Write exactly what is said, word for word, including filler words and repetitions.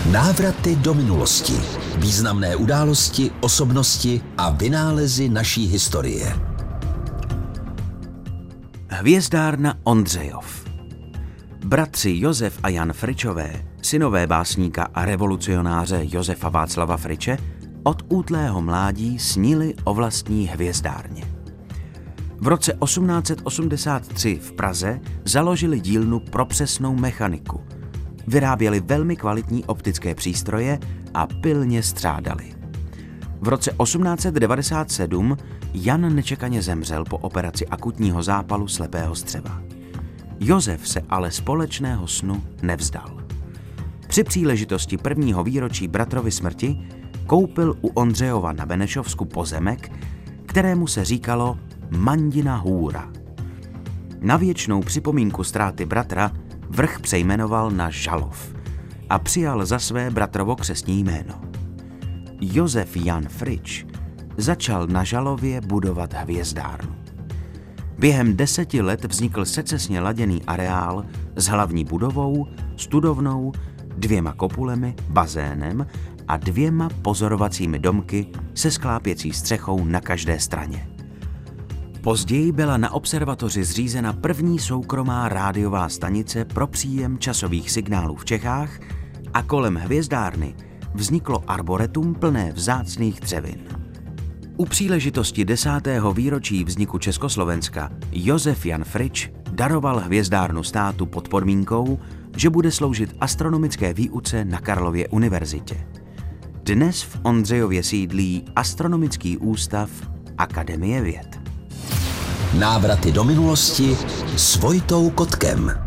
Návraty do minulosti. Významné události, osobnosti a vynálezy naší historie. Hvězdárna Ondřejov. Bratři Josef a Jan Fričové, synové básníka a revolucionáře Josefa Václava Friče, od útlého mládí snili o vlastní hvězdárně. V roce osmnáct set osmdesát tři v Praze založili dílnu pro přesnou mechaniku. Vyráběli velmi kvalitní optické přístroje a pilně střádali. V roce osmnáct set devadesát sedm Jan nečekaně zemřel po operaci akutního zápalu slepého střeva. Josef se ale společného snu nevzdal. Při příležitosti prvního výročí bratrovy smrti koupil u Ondřejova na Benešovsku pozemek, kterému se říkalo Mandina hůra. Na věčnou připomínku ztráty bratra vrch přejmenoval na Žalov a přijal za své bratrovo křestní jméno. Josef Jan Frič začal na Žalově budovat hvězdárnu. Během deseti let vznikl secesně laděný areál s hlavní budovou, studovnou, dvěma kopulemi, bazénem a dvěma pozorovacími domky se sklápěcí střechou na každé straně. Později byla na observatoři zřízena první soukromá rádiová stanice pro příjem časových signálů v Čechách a kolem hvězdárny vzniklo arboretum plné vzácných dřevin. U příležitosti desátého výročí vzniku Československa Josef Jan Frič daroval hvězdárnu státu pod podmínkou, že bude sloužit astronomické výuce na Karlově univerzitě. Dnes v Ondřejově sídlí Astronomický ústav Akademie věd. Návraty do minulosti s Vojtou Kotkem.